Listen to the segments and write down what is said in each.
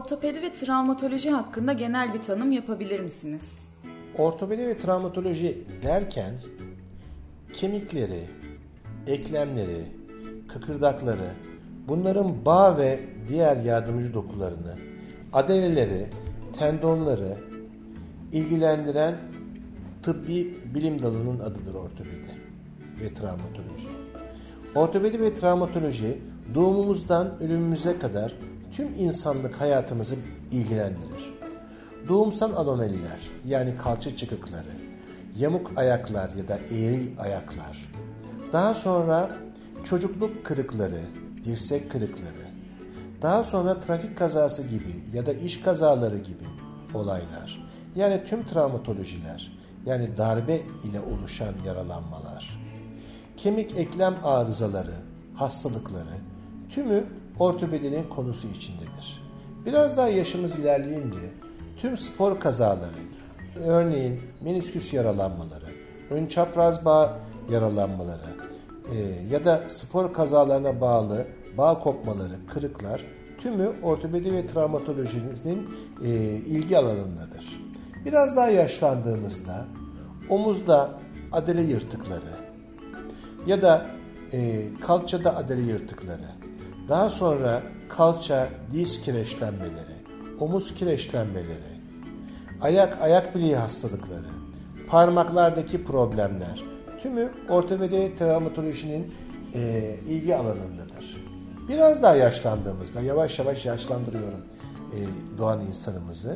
Ortopedi ve travmatoloji hakkında genel bir tanım yapabilir misiniz? Ortopedi ve travmatoloji derken kemikleri, eklemleri, kıkırdakları, bunların bağ ve diğer yardımcı dokularını, adaleleri, tendonları ilgilendiren tıbbi bilim dalının adıdır ortopedi ve travmatoloji. Ortopedi ve travmatoloji doğumumuzdan ölümümüze kadar tüm insanlık hayatımızı ilgilendirir. Doğumsal anomaliler, yani kalça çıkıkları, yamuk ayaklar ya da eğri ayaklar, daha sonra çocukluk kırıkları, dirsek kırıkları, daha sonra trafik kazası gibi ya da iş kazaları gibi olaylar, yani tüm travmatolojiler, yani darbe ile oluşan yaralanmalar, kemik eklem arızaları, hastalıkları, tümü ortopedinin konusu içindedir. Biraz daha yaşımız ilerleyince tüm spor kazaları, örneğin menisküs yaralanmaları, ön çapraz bağ yaralanmaları ya da spor kazalarına bağlı bağ kopmaları, kırıklar tümü ortopedi ve travmatolojinin ilgi alanındadır. Biraz daha yaşlandığımızda omuzda adale yırtıkları ya da kalçada adale yırtıkları, daha sonra kalça, diz kireçlenmeleri, omuz kireçlenmeleri, ayak bileği hastalıkları, parmaklardaki problemler tümü ortopedi ve travmatolojinin ilgi alanındadır. Biraz daha yaşlandığımızda, yavaş yavaş yaşlandırıyorum doğan insanımızı,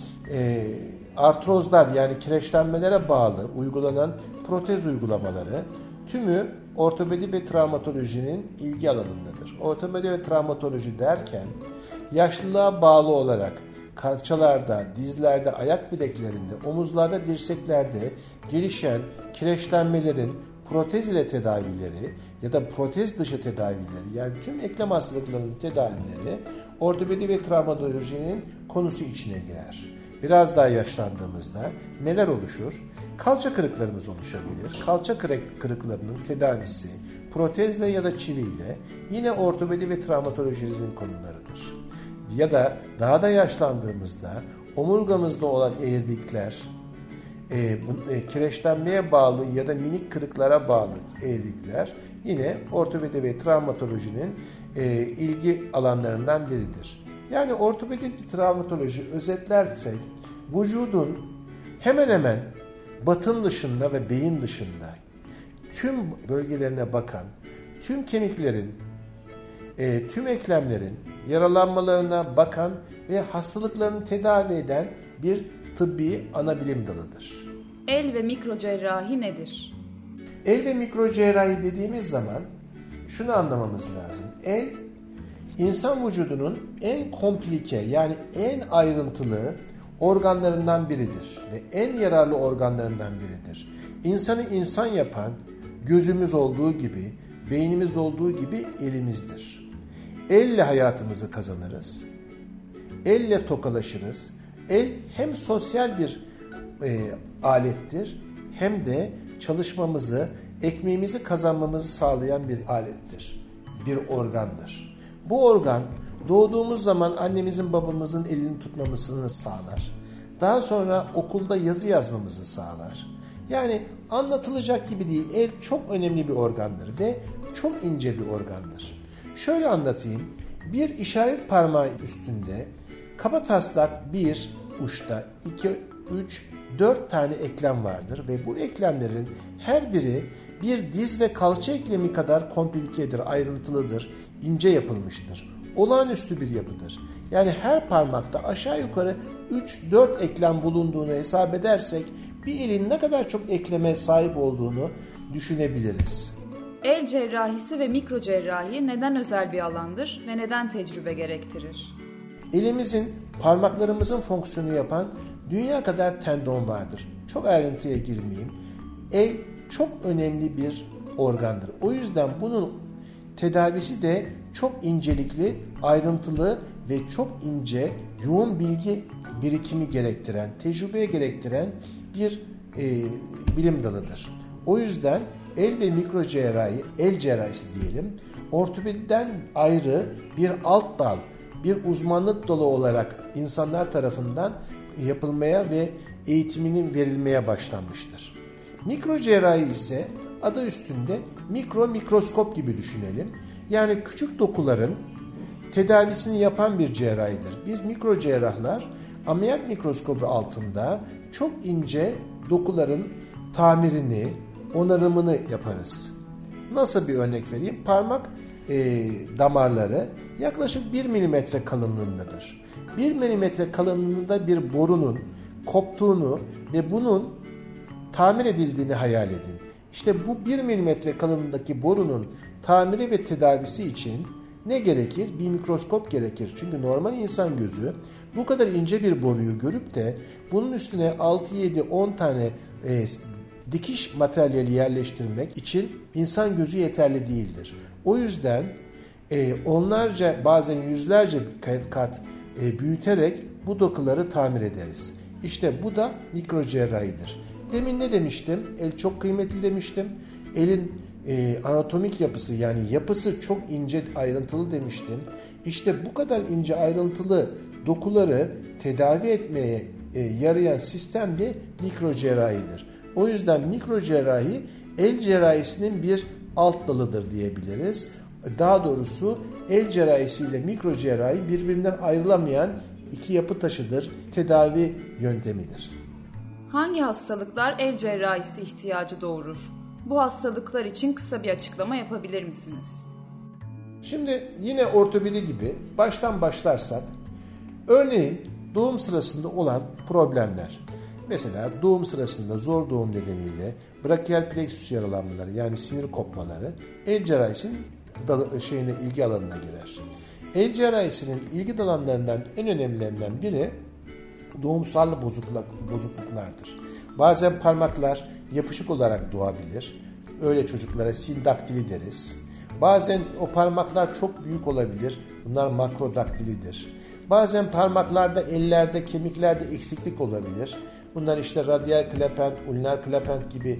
artrozlar, yani kireçlenmelere bağlı uygulanan protez uygulamaları tümü ortopedi ve travmatolojinin ilgi alanındadır. Ortopedi ve travmatoloji derken yaşlılığa bağlı olarak kalçalarda, dizlerde, ayak bileklerinde, omuzlarda, dirseklerde gelişen kireçlenmelerin protez ile tedavileri ya da protez dışı tedavileri, yani tüm eklem hastalıklarının tedavileri ortopedi ve travmatolojinin konusu içine girer. Biraz daha yaşlandığımızda neler oluşur? Kalça kırıklarımız oluşabilir. Kalça kırıklarının tedavisi protezle ya da çiviyle yine ortopedi ve travmatolojinin konularıdır. Ya da daha da yaşlandığımızda omurgamızda olan eğrilikler, kireçlenmeye bağlı ya da minik kırıklara bağlı eğrilikler yine ortopedi ve travmatolojinin ilgi alanlarından biridir. Yani ortopedi ve travmatoloji özetlersek vücudun hemen hemen batın dışında ve beyin dışında tüm bölgelerine bakan, tüm kemiklerin, tüm eklemlerin yaralanmalarına bakan ve hastalıklarını tedavi eden bir tıbbi ana bilim dalıdır. El ve mikrocerrahi nedir? El ve mikrocerrahi dediğimiz zaman şunu anlamamız lazım. El, insan vücudunun en komplike, yani en ayrıntılı organlarından biridir ve en yararlı organlarından biridir. İnsanı insan yapan gözümüz olduğu gibi, beynimiz olduğu gibi elimizdir. Elle hayatımızı kazanırız. Elle tokalaşırız. El hem sosyal bir alettir hem de çalışmamızı, ekmeğimizi kazanmamızı sağlayan bir alettir. Bir organdır. Bu organ doğduğumuz zaman annemizin babamızın elini tutmamızı sağlar. Daha sonra okulda yazı yazmamızı sağlar. Yani anlatılacak gibi değil. El çok önemli bir organdır ve çok ince bir organdır. Şöyle anlatayım. Bir işaret parmağı üstünde kabataslak bir uçta 2, 3, 4 tane eklem vardır ve bu eklemlerin her biri bir diz ve kalça eklemi kadar komplikedir, ayrıntılıdır, ince yapılmıştır. Olağanüstü bir yapıdır. Yani her parmakta aşağı yukarı 3-4 eklem bulunduğunu hesap edersek bir elin ne kadar çok ekleme sahip olduğunu düşünebiliriz. El cerrahisi ve mikrocerrahi neden özel bir alandır ve neden tecrübe gerektirir? Elimizin, parmaklarımızın fonksiyonu yapan dünya kadar tendon vardır. Çok ayrıntıya girmeyeyim. El çok önemli bir organdır. O yüzden bunun tedavisi de çok incelikli, ayrıntılı ve çok ince, yoğun bilgi birikimi gerektiren, tecrübeye gerektiren bir bilim dalıdır. O yüzden el ve mikrocerrahi, el cerrahisi diyelim, ortopediden ayrı bir alt dal, bir uzmanlık dalı olarak insanlar tarafından yapılmaya ve eğitiminin verilmeye başlanmıştır. Mikro cerrahi ise adı üstünde mikroskop gibi düşünelim. Yani küçük dokuların tedavisini yapan bir cerrahidir. Biz mikro cerrahlar ameliyat mikroskobu altında çok ince dokuların tamirini, onarımını yaparız. Nasıl bir örnek vereyim? Parmak damarları yaklaşık 1 milimetre kalınlığındadır. 1 milimetre kalınlığında bir borunun koptuğunu ve bunun tamir edildiğini hayal edin. İşte bu 1 milimetre kalınlığındaki borunun tamiri ve tedavisi için ne gerekir? Bir mikroskop gerekir. Çünkü normal insan gözü bu kadar ince bir boruyu görüp de bunun üstüne 6, 7, 10 tane dikiş materyali yerleştirmek için insan gözü yeterli değildir. O yüzden onlarca bazen yüzlerce kat büyüterek bu dokuları tamir ederiz. İşte bu da mikro cerrahidir. Demin ne demiştim? El çok kıymetli demiştim. Elin anatomik yapısı yani yapısı çok ince ayrıntılı demiştim. İşte bu kadar ince ayrıntılı dokuları tedavi etmeye yarayan sistem de mikro cerrahidir. O yüzden mikro cerrahi el cerrahisinin bir alt dalıdır diyebiliriz. Daha doğrusu el cerrahisi ile mikro cerrahi birbirinden ayrılamayan iki yapı taşıdır, tedavi yöntemidir. Hangi hastalıklar el cerrahisi ihtiyacı doğurur? Bu hastalıklar için kısa bir açıklama yapabilir misiniz? Şimdi yine ortopedi gibi baştan başlarsak, örneğin doğum sırasında olan problemler. Mesela doğum sırasında zor doğum nedeniyle brachial plexus yaralanmaları yani sinir kopmaları el cerrahisinin ilgi alanına girer. El cerrahisinin ilgi alanlarından en önemlilerinden biri doğumsal bozukluklardır. Bazen parmaklar yapışık olarak doğabilir. Öyle çocuklara sindaktili deriz. Bazen o parmaklar çok büyük olabilir. Bunlar makrodaktilidir. Bazen parmaklarda, ellerde, kemiklerde eksiklik olabilir. Bunlar işte radial klapent, ulnar klapent gibi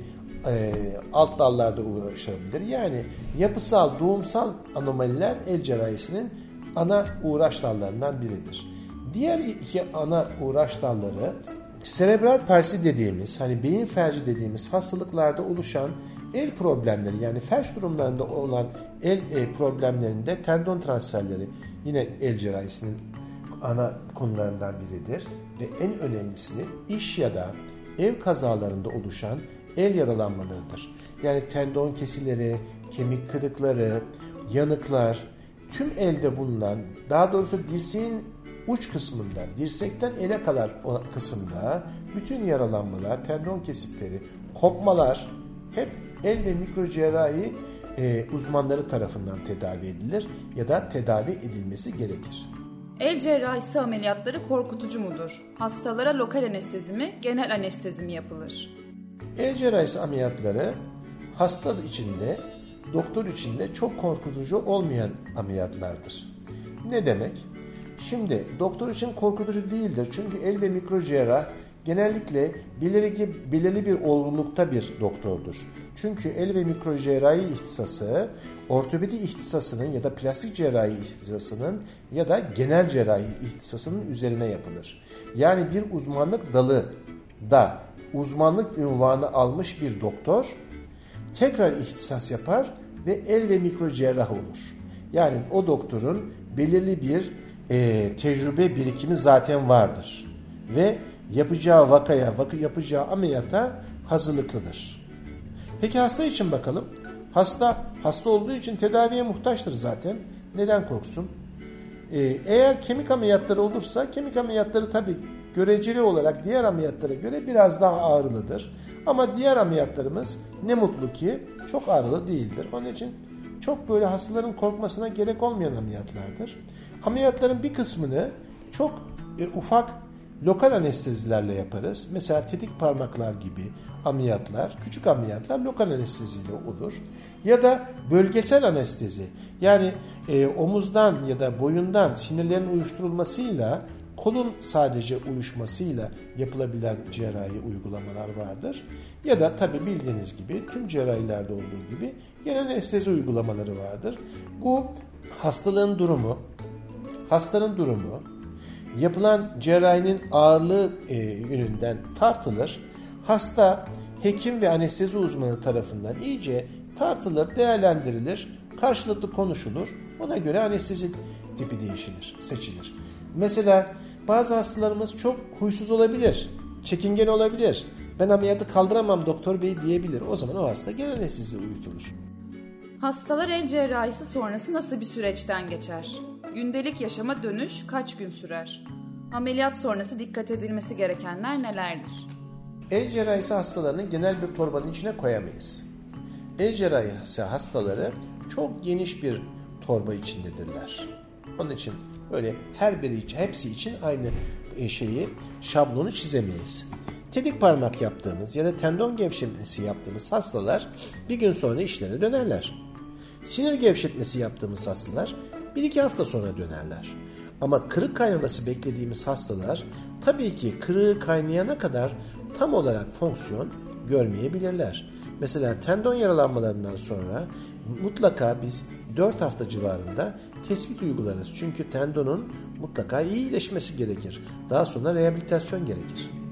alt dallarda uğraşabilir. Yani yapısal, doğumsal anomaliler el cerrahisinin ana uğraş dallarından biridir. Diğer iki ana uğraş dalları serebral palsi dediğimiz, hani beyin felci dediğimiz hastalıklarda oluşan el problemleri yani felç durumlarında olan el problemlerinde tendon transferleri yine el cerrahisinin ana konularından biridir. Ve en önemlisi iş ya da ev kazalarında oluşan el yaralanmalarıdır. Yani tendon kesileri, kemik kırıkları, yanıklar, tüm elde bulunan, daha doğrusu dirseğin uç kısmında, dirsekten ele kadar o kısımda bütün yaralanmalar, tendon kesikleri, kopmalar hep el ve mikro cerrahi uzmanları tarafından tedavi edilir ya da tedavi edilmesi gerekir. El cerrahisi ameliyatları korkutucu mudur? Hastalara lokal anestezi mi, genel anestezi mi yapılır? El cerrahisi ameliyatları hasta içinde, doktor içinde çok korkutucu olmayan ameliyatlardır. Ne demek? Şimdi doktor için korkutucu değildir. Çünkü el ve mikro cerrah genellikle belirli bir olgunlukta bir doktordur. Çünkü el ve mikro cerrahi ihtisası ortopedi ihtisasının ya da plastik cerrahi ihtisasının ya da genel cerrahi ihtisasının üzerine yapılır. Yani bir uzmanlık dalı da uzmanlık unvanı almış bir doktor tekrar ihtisas yapar ve el ve mikro cerrah olur. Yani o doktorun belirli bir tecrübe birikimi zaten vardır. Ve yapacağı yapacağı ameliyata hazırlıklıdır. Peki hasta için bakalım. Hasta olduğu için tedaviye muhtaçtır zaten. Neden korksun? Eğer kemik ameliyatları olursa kemik ameliyatları tabii göreceli olarak diğer ameliyatlara göre biraz daha ağrılıdır. Ama diğer ameliyatlarımız ne mutlu ki çok ağrılı değildir. Onun için çok böyle hastaların korkmasına gerek olmayan ameliyatlardır. Ameliyatların bir kısmını çok ufak lokal anestezilerle yaparız. Mesela tetik parmaklar gibi ameliyatlar, küçük ameliyatlar lokal anesteziyle olur. Ya da bölgesel anestezi. Yani omuzdan ya da boyundan sinirlerin uyuşturulmasıyla kolun sadece uyuşmasıyla yapılabilen cerrahi uygulamalar vardır. Ya da tabii bildiğiniz gibi tüm cerrahilerde olduğu gibi genel anestezi uygulamaları vardır. Bu hastalığın durumu, hastanın durumu, yapılan cerrahinin ağırlığı yönünden tartılır. Hasta hekim ve anestezi uzmanı tarafından iyice tartılır, değerlendirilir, karşılıklı konuşulur. Ona göre anestezi tipi seçilir. Mesela bazı hastalarımız çok huysuz olabilir, çekingen olabilir. Ben ameliyatı kaldıramam doktor bey diyebilir. O zaman o hasta genel anestezide uyutulur. Hastalar el cerrahisi sonrası nasıl bir süreçten geçer? Gündelik yaşama dönüş kaç gün sürer? Ameliyat sonrası dikkat edilmesi gerekenler nelerdir? El cerrahisi hastalarını genel bir torbanın içine koyamayız. El cerrahisi hastaları çok geniş bir torba içindedirler. Onun için böyle hepsi için aynı şablonu çizemeyiz. Tedik parmak yaptığımız ya da tendon gevşetmesi yaptığımız hastalar bir gün sonra işlerine dönerler. Sinir gevşetmesi yaptığımız hastalar 1-2 hafta sonra dönerler. Ama kırık kaynaması beklediğimiz hastalar tabii ki kırığı kaynayana kadar tam olarak fonksiyon görmeyebilirler. Mesela tendon yaralanmalarından sonra mutlaka biz 4 hafta civarında tespit uygularız. Çünkü tendonun mutlaka iyi iyileşmesi gerekir. Daha sonra rehabilitasyon gerekir.